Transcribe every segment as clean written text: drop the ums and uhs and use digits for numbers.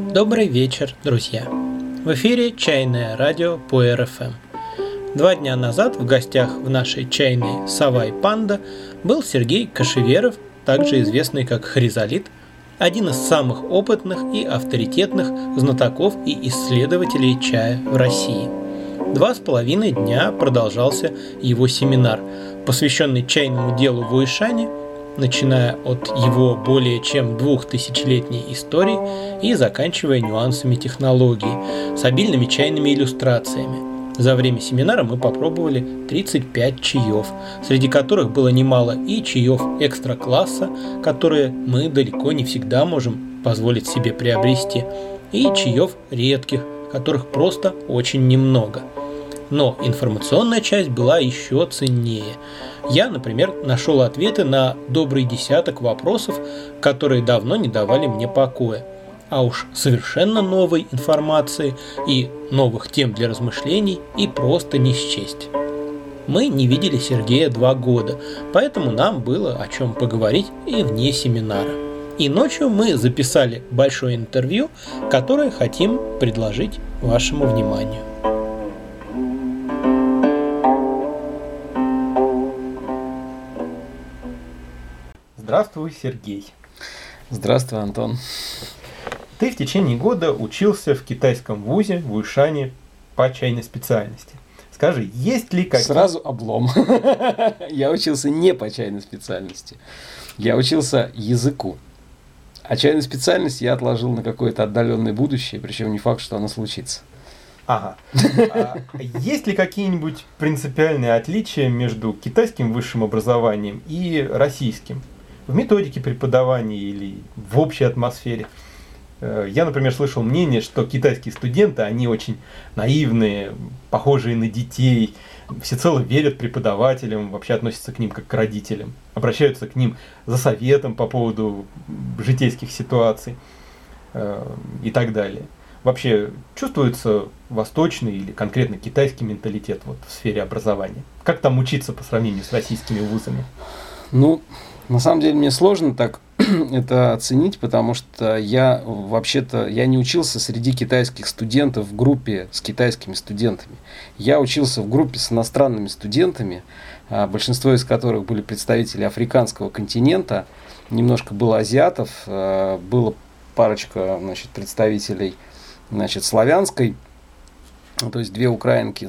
Добрый вечер, друзья! В эфире «Чайное радио» по РФМ. 2 дня назад в гостях в нашей чайной «Сова и панда» был Сергей Кашеверов, также известный как Хризолит, один из самых опытных и авторитетных знатоков и исследователей чая в России. 2,5 дня продолжался его семинар, посвященный чайному делу в Уишане, начиная от его более чем 2000-летней истории и заканчивая нюансами технологии, с обильными чайными иллюстрациями. За время семинара мы попробовали 35 чаев, среди которых было немало и чаев экстра-класса, которые мы далеко не всегда можем позволить себе приобрести, и чаев редких, которых просто очень немного. Но информационная часть была еще ценнее. Я, например, нашел ответы на добрый десяток вопросов, которые давно не давали мне покоя. А уж совершенно новой информации и новых тем для размышлений и просто не счесть. Мы не видели Сергея 2 года, поэтому нам было о чем поговорить и вне семинара. И ночью мы записали большое интервью, которое хотим предложить вашему вниманию. Здравствуй, Сергей. Здравствуй, Антон. Ты в течение года учился в китайском вузе в Уишане по чайной специальности. Скажи, есть ли какие... Сразу облом. Я учился не по чайной специальности. Я учился языку. А чайную специальность я отложил на какое-то отдаленное будущее, причем не факт, что оно случится. Ага. Есть ли какие-нибудь принципиальные отличия между китайским высшим образованием и российским? В методике преподавания или в общей атмосфере? Я, например, слышал мнение, что китайские студенты, они очень наивные, похожие на детей, всецело верят преподавателям, вообще относятся к ним как к родителям, обращаются к ним за советом по поводу житейских ситуаций и так далее. Вообще чувствуется восточный или конкретно китайский менталитет вот, в сфере образования? Как там учиться по сравнению с российскими вузами? Ну, на самом деле мне сложно так это оценить, потому что я не учился среди китайских студентов в группе с китайскими студентами. Я учился в группе с иностранными студентами, большинство из которых были представители африканского континента, немножко было азиатов, было парочка, представителей, славянской, то есть 2 украинки,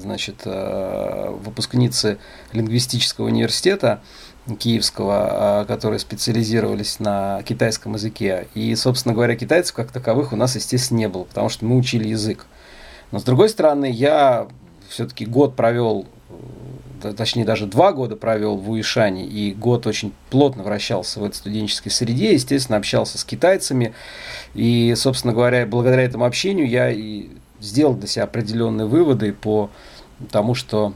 выпускницы лингвистического университета Киевского, которые специализировались на китайском языке. И, собственно говоря, китайцев как таковых у нас, естественно, не было, потому что мы учили язык. Но, с другой стороны, я все-таки год провел, точнее, даже 2 года провел в Уишане, и год очень плотно вращался в этой студенческой среде, естественно, общался с китайцами. И, собственно говоря, благодаря этому общению я и сделал для себя определенные выводы по тому, что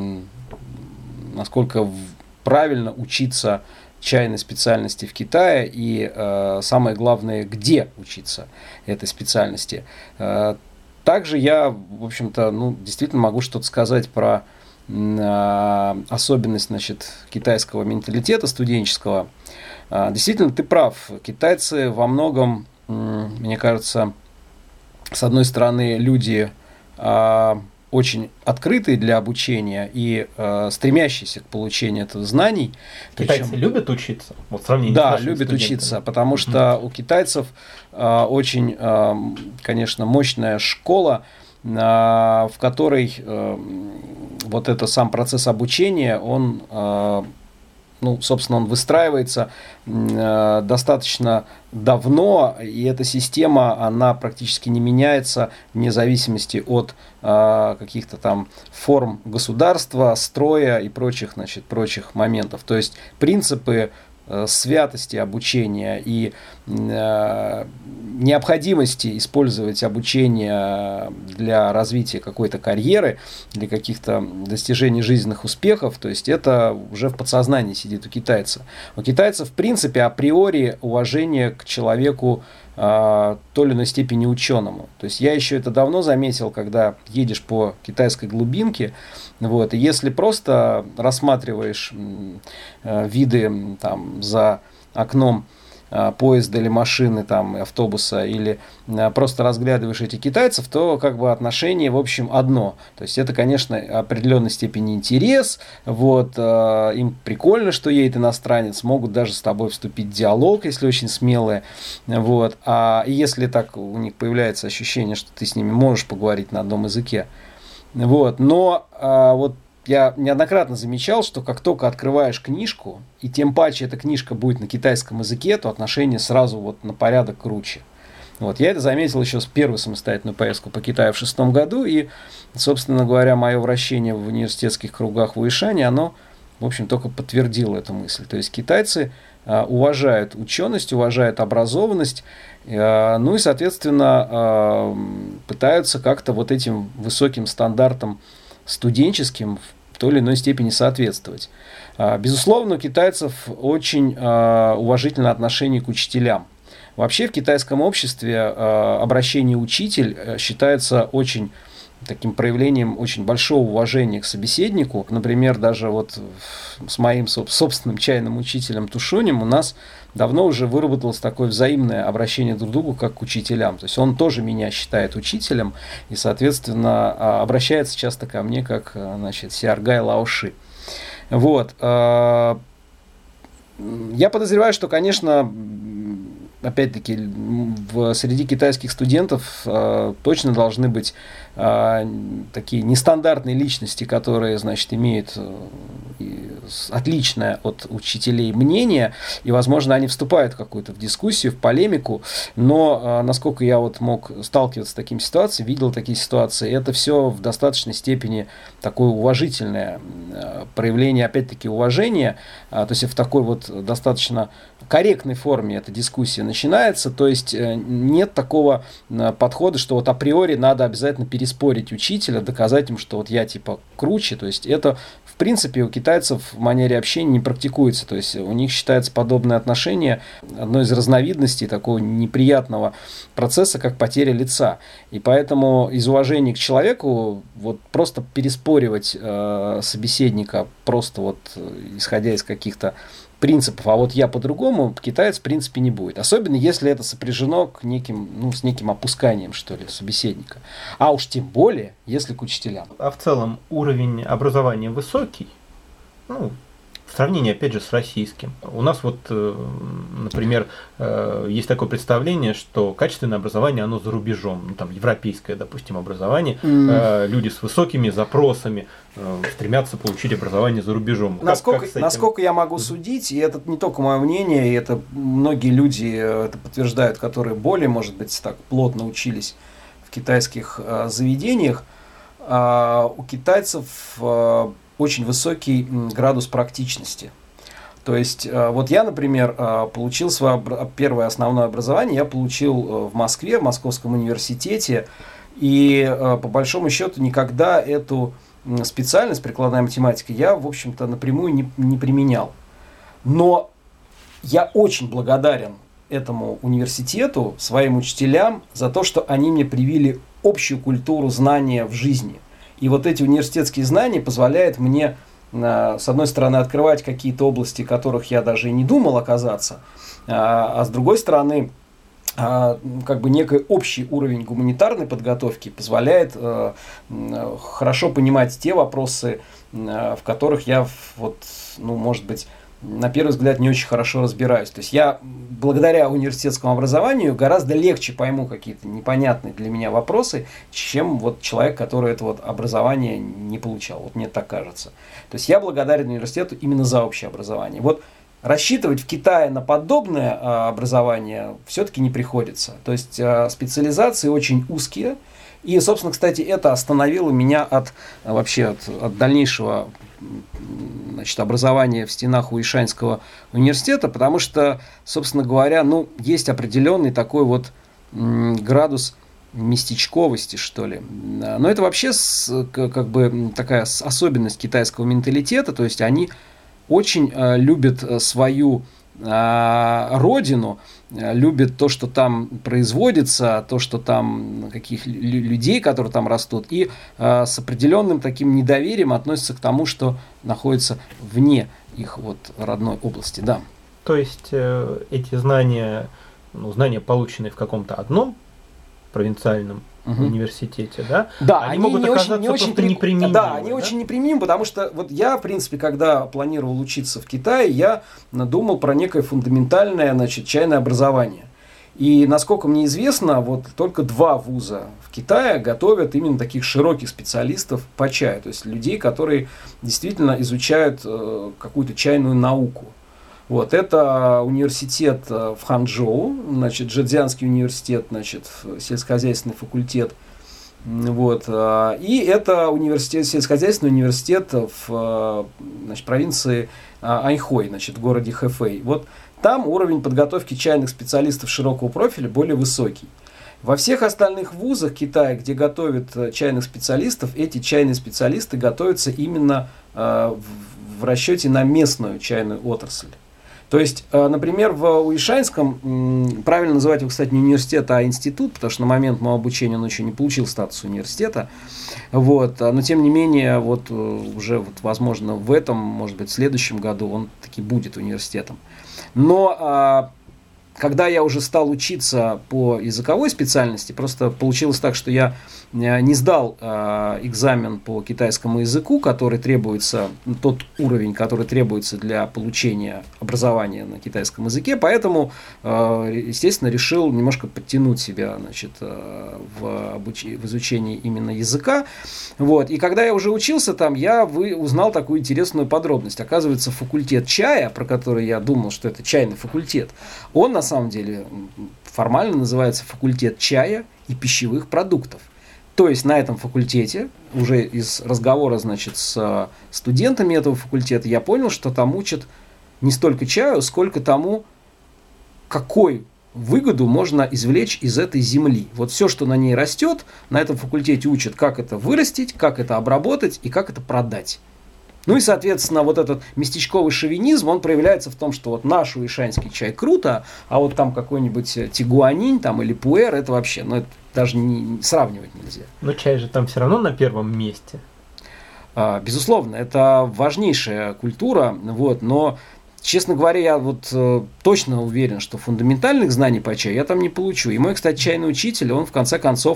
насколько правильно учиться чайной специальности в Китае и самое главное, где учиться этой специальности. Также я, в общем-то, действительно могу что-то сказать про особенность, китайского менталитета студенческого. Действительно, ты прав. Китайцы во многом, мне кажется, с одной стороны, люди очень открытые для обучения и стремящиеся к получению этого знаний. Китайцы любят учиться? Вот в сравнении да, с нашими любят студентами. учиться, потому что у китайцев очень, конечно, мощная школа, в которой вот это сам процесс обучения, он, собственно, он выстраивается достаточно давно, и эта система, она практически не меняется вне зависимости от каких-то там форм государства, строя и прочих моментов. То есть принципы святости обучения и необходимости использовать обучение для развития какой-то карьеры, для каких-то достижений жизненных успехов, то есть это уже в подсознании сидит у китайца. У китайцев, в принципе, априори уважение к человеку той или иной степени ученому. То есть я еще это давно заметил, когда едешь по китайской глубинке, и если просто рассматриваешь виды там за окном поезда или машины, там, автобуса, или просто разглядываешь этих китайцев, то как бы отношение, в общем, одно. То есть это, конечно, определенной степени интерес, вот, им прикольно, что едет иностранец, могут даже с тобой вступить в диалог, если очень смелые, вот, и если так у них появляется ощущение, что ты с ними можешь поговорить на одном языке, вот, но вот я неоднократно замечал, что как только открываешь книжку, и тем паче эта книжка будет на китайском языке, то отношение сразу вот на порядок круче. Вот, я это заметил еще с первой самостоятельной поездку по Китаю в 2006 году, и, собственно говоря, мое вращение в университетских кругах в Уишане, оно, в общем, только подтвердило эту мысль. То есть китайцы уважают ученость, уважают образованность, ну и, соответственно, пытаются как-то вот этим высоким стандартам студенческим в той или иной степени соответствовать. Безусловно, у китайцев очень уважительное отношение к учителям. Вообще в китайском обществе обращение «учитель» считается очень таким проявлением очень большого уважения к собеседнику. Например, даже вот с моим собственным чайным учителем Тушунем у нас давно уже выработалось такое взаимное обращение друг к другу как к учителям. То есть он тоже меня считает учителем и, соответственно, обращается часто ко мне как, значит, Сиаргай Лаоши. Вот. Я подозреваю, что, конечно, опять-таки, среди китайских студентов точно должны быть такие нестандартные личности, которые, значит, имеют отличное от учителей мнение, и, возможно, они вступают в какую-то дискуссию, в полемику, но, насколько я вот мог сталкиваться с такими ситуациями, видел такие ситуации, это все в достаточной степени такое уважительное проявление, опять-таки, уважения, то есть в такой вот достаточно корректной форме эта дискуссия начинается, то есть нет такого подхода, что вот априори надо обязательно переспорить учителя, доказать им, что вот я типа круче, то есть это в принципе у китайцев в манере общения не практикуется, то есть у них считается подобное отношение одной из разновидностей такого неприятного процесса, как потеря лица, и поэтому из уважения к человеку вот просто переспоривать собеседника просто вот исходя из каких-то принципов, а вот я по-другому, китаец в принципе не будет. Особенно если это сопряжено к неким, с неким опусканием, что ли, собеседника. А уж тем более, если к учителям. А в целом уровень образования высокий, в сравнении, опять же, с российским. У нас вот, например, есть такое представление, что качественное образование, оно за рубежом, там, европейское, допустим, образование, люди с высокими запросами стремятся получить образование за рубежом. Насколько я могу судить, и это не только мое мнение, и это многие люди это подтверждают, которые более, может быть, так плотно учились в китайских заведениях, у китайцев очень высокий градус практичности. То есть, вот я, например, получил свое первое основное образование, я получил в Москве, в Московском университете, и по большому счету никогда эту специальность, прикладная математика, я, в общем-то, напрямую не применял. Но я очень благодарен этому университету, своим учителям, за то, что они мне привили общую культуру знания в жизни. И вот эти университетские знания позволяют мне, с одной стороны, открывать какие-то области, в которых я даже и не думал оказаться, а с другой стороны, как бы некий общий уровень гуманитарной подготовки позволяет хорошо понимать те вопросы, в которых я, вот, может быть, на первый взгляд не очень хорошо разбираюсь. То есть я благодаря университетскому образованию гораздо легче пойму какие-то непонятные для меня вопросы, чем вот человек, который это вот образование не получал. Вот мне так кажется. То есть я благодарен университету именно за общее образование. Вот рассчитывать в Китае на подобное образование все-таки не приходится. То есть специализации очень узкие. И, собственно, кстати, это остановило меня от дальнейшего, значит, образования в стенах Уишаньского университета, потому что, собственно говоря, есть определенный такой вот градус местечковости, что ли. Но это вообще как бы такая особенность китайского менталитета, то есть они очень любят свою родину, любят то, что там производится, то, что там, каких людей, которые там растут, и с определенным таким недоверием относятся к тому, что находится вне их вот родной области, да. То есть эти знания, знания, полученные в каком-то одном провинциальном университете, да? Да, они могут не оказаться очень, не очень неприменимы. Да, они очень неприменимы, потому что вот я, в принципе, когда планировал учиться в Китае, я думал про некое фундаментальное, чайное образование. И, насколько мне известно, вот только 2 вуза в Китае готовят именно таких широких специалистов по чаю. То есть людей, которые действительно изучают какую-то чайную науку. Вот, это университет в Ханчжоу, Джэцзянский университет, сельскохозяйственный факультет. Вот, и это сельскохозяйственный университет в провинции Аньхой, в городе Хэфэй. Вот там уровень подготовки чайных специалистов широкого профиля более высокий. Во всех остальных вузах Китая, где готовят чайных специалистов, эти чайные специалисты готовятся именно в расчете на местную чайную отрасль. То есть, например, в Уишаньском, правильно называть его, кстати, не университет, а институт, потому что на момент моего обучения он еще не получил статус университета. Вот. Но, тем не менее, уже, возможно, в этом, может быть, в следующем году он таки будет университетом. Но когда я уже стал учиться по языковой специальности, просто получилось так, что я не сдал экзамен по китайскому языку, который требуется, тот уровень, который требуется для получения образования на китайском языке, поэтому, естественно, решил немножко подтянуть себя в изучении именно языка. Вот. И когда я уже учился там, я узнал такую интересную подробность. Оказывается, факультет чая, про который я думал, что это чайный факультет, он на самом деле формально называется факультет чая и пищевых продуктов. То есть на этом факультете, уже из разговора, с студентами этого факультета, я понял, что там учат не столько чаю, сколько тому, какой выгоду можно извлечь из этой земли. Вот все, что на ней растет, на этом факультете учат, как это вырастить, как это обработать и как это продать. Ну и, соответственно, вот этот местечковый шовинизм, он проявляется в том, что вот наш уишаньский чай круто, а вот там какой-нибудь тигуанин или пуэр, это вообще, это даже сравнивать нельзя. Но чай же там все равно на первом месте. Безусловно, это важнейшая культура, но, честно говоря, я точно уверен, что фундаментальных знаний по чаю я там не получу. И мой, кстати, чайный учитель, он в конце концов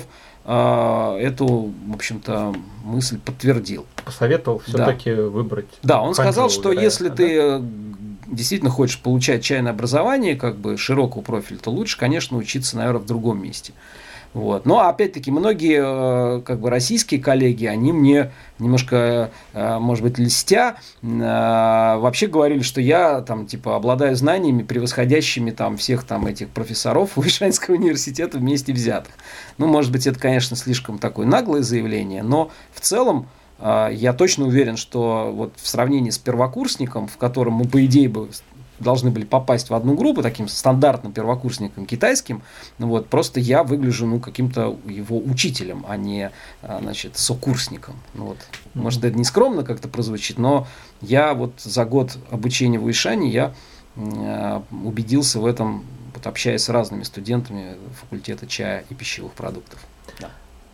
эту, в общем-то, мысль подтвердил. Посоветовал все-таки выбрать. Да, он сказал, что если ты действительно хочешь получать чайное образование, широкого профиля, то лучше, конечно, учиться, наверное, в другом месте. Вот. Но, опять-таки, многие российские коллеги, они мне немножко, может быть, льстя, вообще говорили, что я обладаю знаниями, превосходящими всех этих профессоров Уишаньского университета вместе взятых. Может быть, это, конечно, слишком такое наглое заявление, но в целом я точно уверен, что в сравнении с первокурсником, в котором мы, по идее, должны были попасть в одну группу, таким стандартным первокурсником китайским, просто я выгляжу каким-то его учителем, а не сокурсником. Может, это не скромно как-то прозвучит, но я за год обучения в Уишане я убедился в этом, общаясь с разными студентами факультета чая и пищевых продуктов. Да.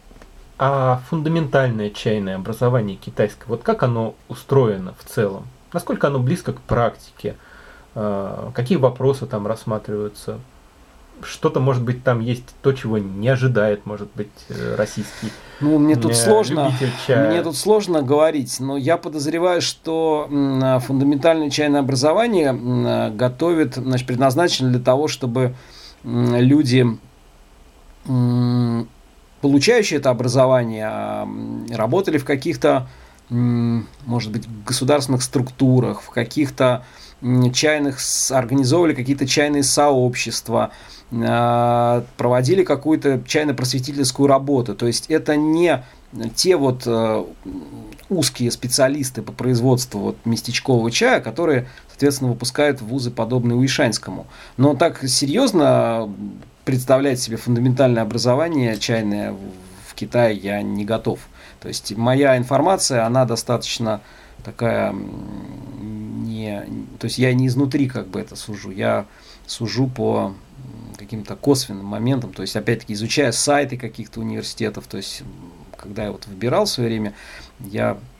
А фундаментальное чайное образование китайское, как оно устроено в целом? Насколько оно близко к практике? Какие вопросы там рассматриваются? Что-то, может быть, там есть то, чего не ожидает, может быть, российский мне тут любитель чая. Мне тут сложно говорить, но я подозреваю, что фундаментальное чайное образование готовит, предназначено для того, чтобы люди, получающие это образование, работали в каких-то, может быть, государственных структурах, в каких-то организовывали какие-то чайные сообщества, проводили какую-то чайно-просветительскую работу. То есть это не те узкие специалисты по производству местечкового чая, которые, соответственно, выпускают вузы, подобные Уишаньскому. Но так серьезно представлять себе фундаментальное образование чайное в Китае я не готов. То есть моя информация, она достаточно такая... То есть я не изнутри это сужу, я сужу по каким-то косвенным моментам, то есть опять-таки изучая сайты каких-то университетов, то есть когда я выбирал в свое время, я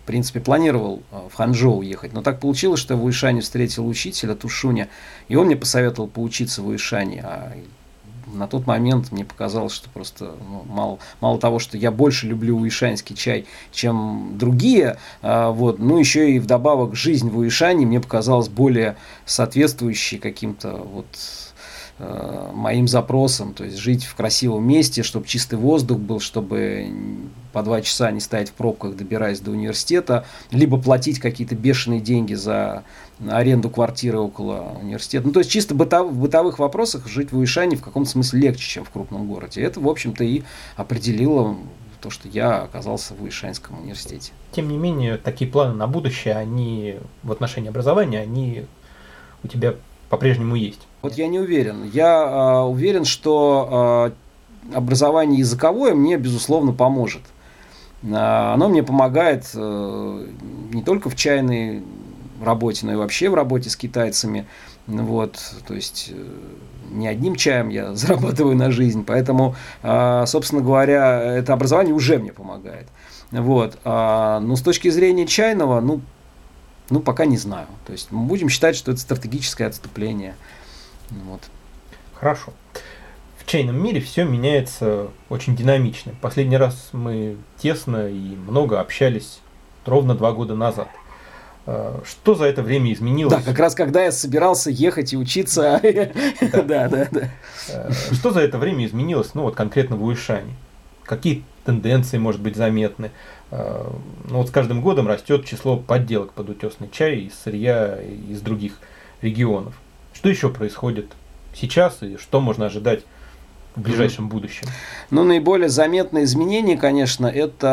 принципе, планировал в Ханчжоу уехать. Но так получилось, что я в Уишане встретил учителя Тушуня, и он мне посоветовал поучиться в Уишане. А на тот момент мне показалось, что просто мало того, что я больше люблю уишанский чай, чем другие, ну еще и вдобавок жизнь в Уишане мне показалась более соответствующей каким-то моим запросам, то есть жить в красивом месте, чтобы чистый воздух был, чтобы по 2 часа не стоять в пробках, добираясь до университета, либо платить какие-то бешеные деньги за аренду квартиры около университета. Ну, то есть чисто в бытовых вопросах жить в Уишане в каком-то смысле легче, чем в крупном городе. Это, в общем-то, и определило то, что я оказался в Уишанском университете. Тем не менее, такие планы на будущее, они в отношении образования, они у тебя по-прежнему есть. Вот я не уверен. Я уверен, что образование языковое мне, безусловно, поможет. Оно мне помогает не только в чайной работе, но и вообще в работе с китайцами. То есть не одним чаем я зарабатываю на жизнь, поэтому, собственно говоря, это образование уже мне помогает. Но с точки зрения чайного, пока не знаю. То есть мы будем считать, что это стратегическое отступление. Хорошо. В чайном мире все меняется очень динамично. Последний раз мы тесно и много общались ровно 2 года назад. Что за это время изменилось? Да, как раз когда я собирался ехать и учиться. Да. Что за это время изменилось, конкретно в Уишане? Какие тенденции, может быть, заметны? С каждым годом растет число подделок под утесный чай из сырья из других регионов. Что еще происходит сейчас и что можно ожидать в ближайшем будущем? Наиболее заметные изменения, конечно,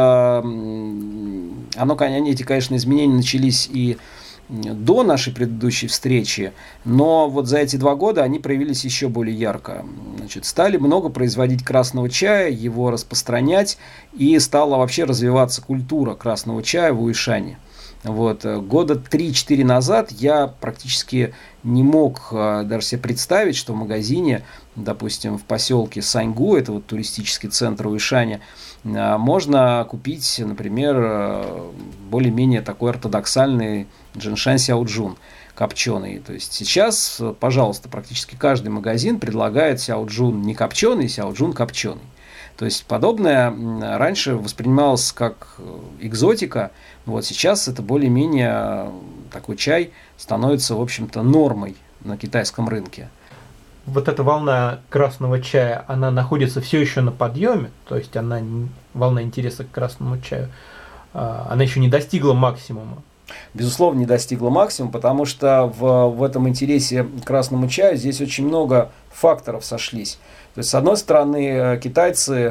эти, конечно, изменения начались и до нашей предыдущей встречи, но за эти 2 года они проявились еще более ярко. Стали много производить красного чая, его распространять, и стала вообще развиваться культура красного чая в Уишане. Года 3-4 назад я практически не мог даже себе представить, что в магазине, допустим, в поселке Саньгу, это туристический центр Уишаня, можно купить, например, более-менее такой ортодоксальный джиншань сяоджун копченый. То есть сейчас, пожалуйста, практически каждый магазин предлагает сяоджун не копченый, сяоджун копченый. То есть подобное раньше воспринималось как экзотика, сейчас это более-менее такой чай становится, в общем-то, нормой на китайском рынке. Эта волна красного чая, она находится все еще на подъеме, то есть волна интереса к красному чаю, она еще не достигла максимума. Безусловно, не достигла максимума, потому что в этом интересе к красному чаю здесь очень много факторов сошлись. То есть, с одной стороны, китайцы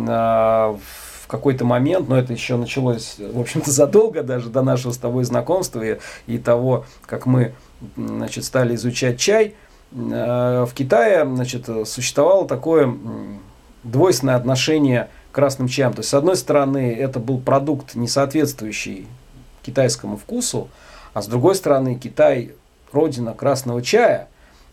в какой-то момент, но это еще началось, в общем-то, задолго даже до нашего с тобой знакомства и того, как мы, стали изучать чай, в Китае, существовало такое двойственное отношение к красным чаям. То есть, с одной стороны, это был продукт, не соответствующий китайскому вкусу, а с другой стороны, Китай – родина красного чая.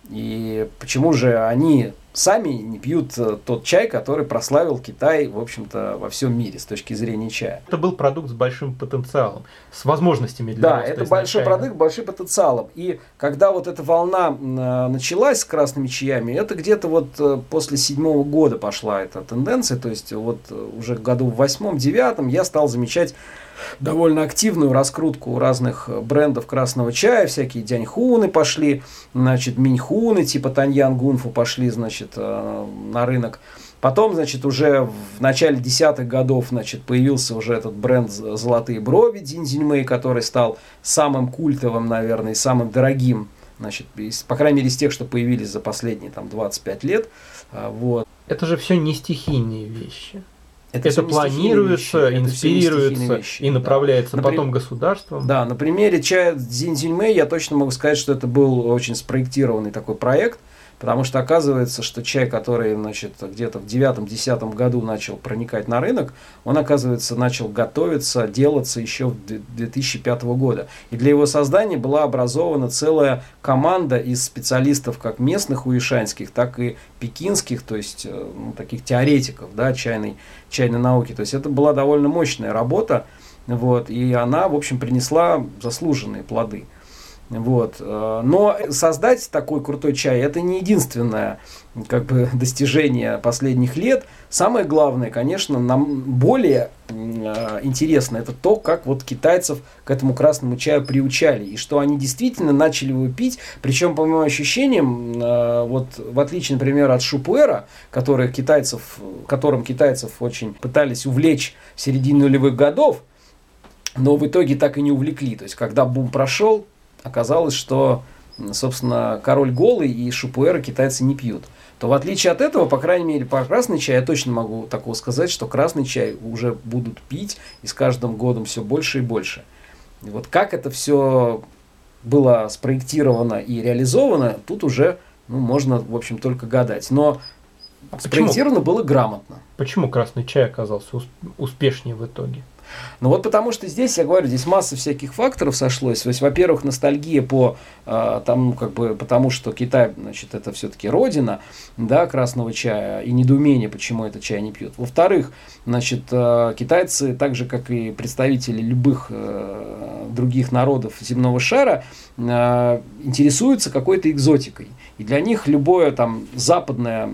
И почему же они сами не пьют тот чай, который прославил Китай, в общем-то, во всем мире с точки зрения чая? Это был продукт с большим потенциалом, с возможностями для роста. Да, это большой продукт с большим потенциалом. И когда эта волна началась с красными чаями, это где-то после 7-го года пошла эта тенденция. То есть уже году в 8-9 я стал замечать довольно активную раскрутку разных брендов красного чая, всякие дяньхуны пошли, миньхуны типа Таньян Гунфу пошли, на рынок. Потом, уже в начале 10-х годов, появился уже этот бренд «Золотые брови» Динзиньмэй, который стал самым культовым, наверное, и самым дорогим, по крайней мере, из тех, что появились за последние 25 лет. Это же все не стихийные вещи. Это планируется, инспирируется и направляется потом государством. Да, на примере чая Динзиньмэй я точно могу сказать, что это был очень спроектированный такой проект, потому что оказывается, что чай, который где-то в 9-10 году начал проникать на рынок, он, оказывается, начал готовиться, делаться еще в 2005 года. И для его создания была образована целая команда из специалистов как местных уишанских, так и пекинских, то есть таких теоретиков чайной науки. То есть это была довольно мощная работа. Вот, и она, в общем, принесла заслуженные плоды. Вот. Но создать такой крутой чай — это не единственное как бы достижение последних лет. Самое главное, конечно, нам более интересно, это то, как вот китайцев к этому красному чаю приучали, и что они действительно начали его пить, причем, по моим ощущениям, вот в отличие, например, от шупуэра, которым китайцев очень пытались увлечь в середине нулевых годов, но в итоге так и не увлекли. То есть, когда бум прошел, оказалось, что, собственно, король голый и шупуэра китайцы не пьют. То в отличие от этого, по крайней мере, по красный чай я точно могу такого сказать, что красный чай уже будут пить, и с каждым годом все больше и больше. И вот как это все было спроектировано и реализовано, тут уже можно, в общем, только гадать. Но спроектировано было грамотно. Почему красный чай оказался успешнее в итоге? Ну вот потому что здесь, я говорю, здесь масса всяких факторов сошлось. То есть, во-первых, ностальгия потому что Китай, значит, это все-таки родина, да, красного чая, и недоумение, почему этот чай не пьют. Во-вторых, значит, китайцы, так же, как и представители любых других народов земного шара, интересуются какой-то экзотикой. И для них любое там западное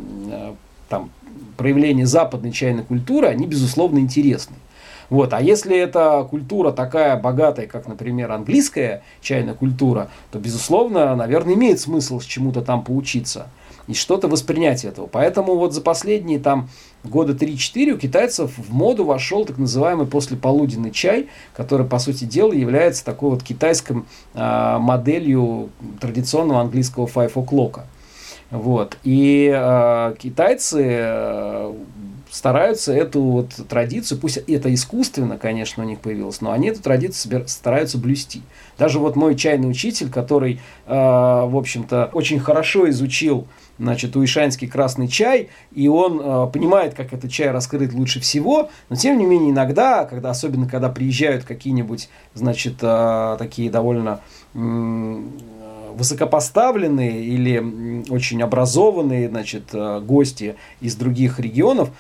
проявление западной чайной культуры, они, безусловно, интересны. Вот. А если эта культура такая богатая, как, например, английская чайная культура, то, безусловно, наверное, имеет смысл с чему-то там поучиться и что-то воспринять этого. Поэтому вот за последние года 3-4 у китайцев в моду вошел так называемый послеполуденный чай, который, по сути дела, является такой вот китайской моделью традиционного английского 5 o'clock. Вот. И китайцы стараются эту вот традицию, пусть это искусственно, конечно, у них появилось, но они эту традицию стараются блюсти. Даже вот мой чайный учитель, который, в общем-то, очень хорошо изучил, значит, уишанский красный чай, и он понимает, как этот чай раскрыть лучше всего, но тем не менее иногда, особенно когда приезжают какие-нибудь, значит, такие довольно высокопоставленные или очень образованные, значит, гости из других регионов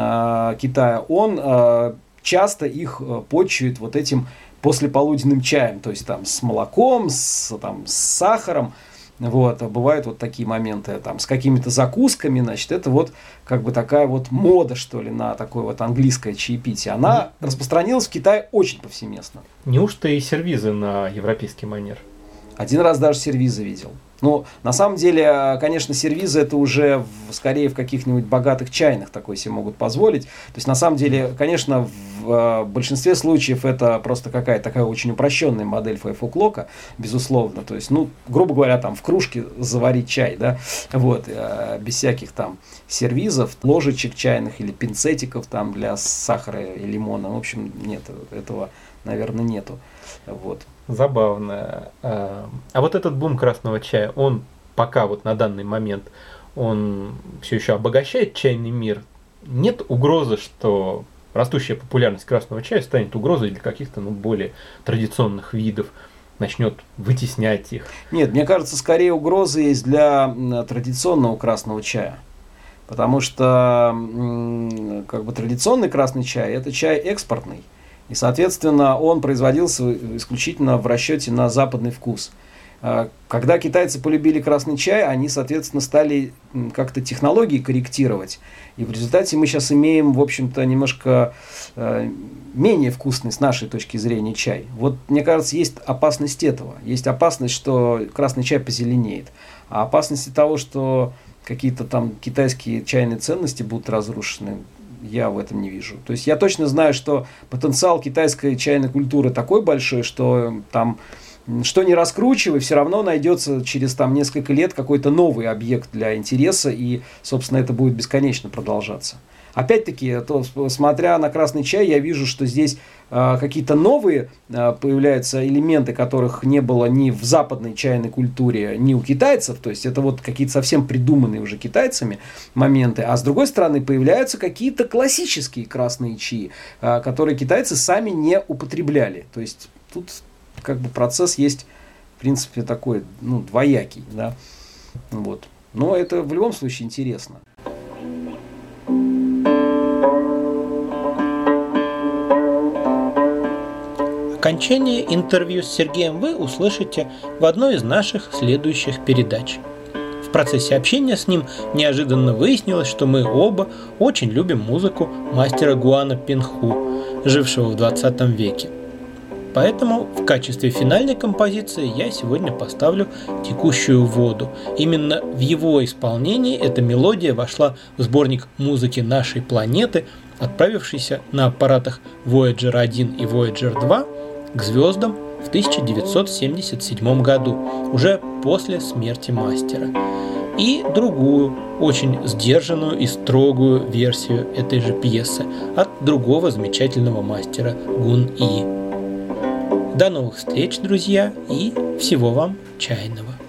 Китая, он часто их почует вот этим послеполуденным чаем, то есть там с молоком, с сахаром. Вот, бывают вот такие моменты, с какими-то закусками, значит, это вот как бы такая вот мода, что ли, на такое вот английское чаепитие. Она распространилась в Китае очень повсеместно. Неужто и сервизы на европейский манер? Один раз даже сервизы видел. Но на самом деле, конечно, сервизы это уже скорее в каких-нибудь богатых чайных такой себе могут позволить. То есть, на самом деле, конечно, в большинстве случаев это просто какая-то такая очень упрощенная модель 5 o'clock, безусловно. То есть, грубо говоря, в кружке заварить чай, да, вот, без всяких сервизов, ложечек чайных или пинцетиков для сахара и лимона. В общем, нет, этого, наверное, нету. Вот. Забавно. А вот этот бум красного чая, он пока вот на данный момент, он все еще обогащает чайный мир? Нет угрозы, что растущая популярность красного чая станет угрозой для каких-то более традиционных видов, начнет вытеснять их? Нет, мне кажется, скорее угроза есть для традиционного красного чая. Потому что традиционный красный чай – это чай экспортный. И, соответственно, он производился исключительно в расчете на западный вкус. Когда китайцы полюбили красный чай, они, соответственно, стали как-то технологии корректировать. И в результате мы сейчас имеем, в общем-то, немножко менее вкусный с нашей точки зрения чай. Вот, мне кажется, есть опасность этого. Есть опасность, что красный чай позеленеет. А опасности того, что какие-то китайские чайные ценности будут разрушены, я в этом не вижу. То есть я точно знаю, что потенциал китайской чайной культуры такой большой, что что не раскручивай, все равно найдется через несколько лет какой-то новый объект для интереса, и, собственно, это будет бесконечно продолжаться. Опять-таки, смотря на красный чай, я вижу, что здесь какие-то новые появляются элементы, которых не было ни в западной чайной культуре, ни у китайцев. То есть это вот какие-то совсем придуманные уже китайцами моменты. А с другой стороны, появляются какие-то классические красные чаи, которые китайцы сами не употребляли. То есть тут процесс есть, в принципе, такой, двоякий. Да? Вот. Но это в любом случае интересно. окончания интервью с Сергеем вы услышите в одной из наших следующих передач. В процессе общения с ним неожиданно выяснилось, что мы оба очень любим музыку мастера Гуана Пинху, жившего в 20 веке. Поэтому в качестве финальной композиции я сегодня поставлю «Текущую воду». Именно в его исполнении эта мелодия вошла в сборник музыки нашей планеты, отправившийся на аппаратах Voyager 1 и Voyager 2 к звездам в 1977 году, уже после смерти мастера. И другую, очень сдержанную и строгую версию этой же пьесы от другого замечательного мастера Гун И. До новых встреч, друзья, и всего вам чайного.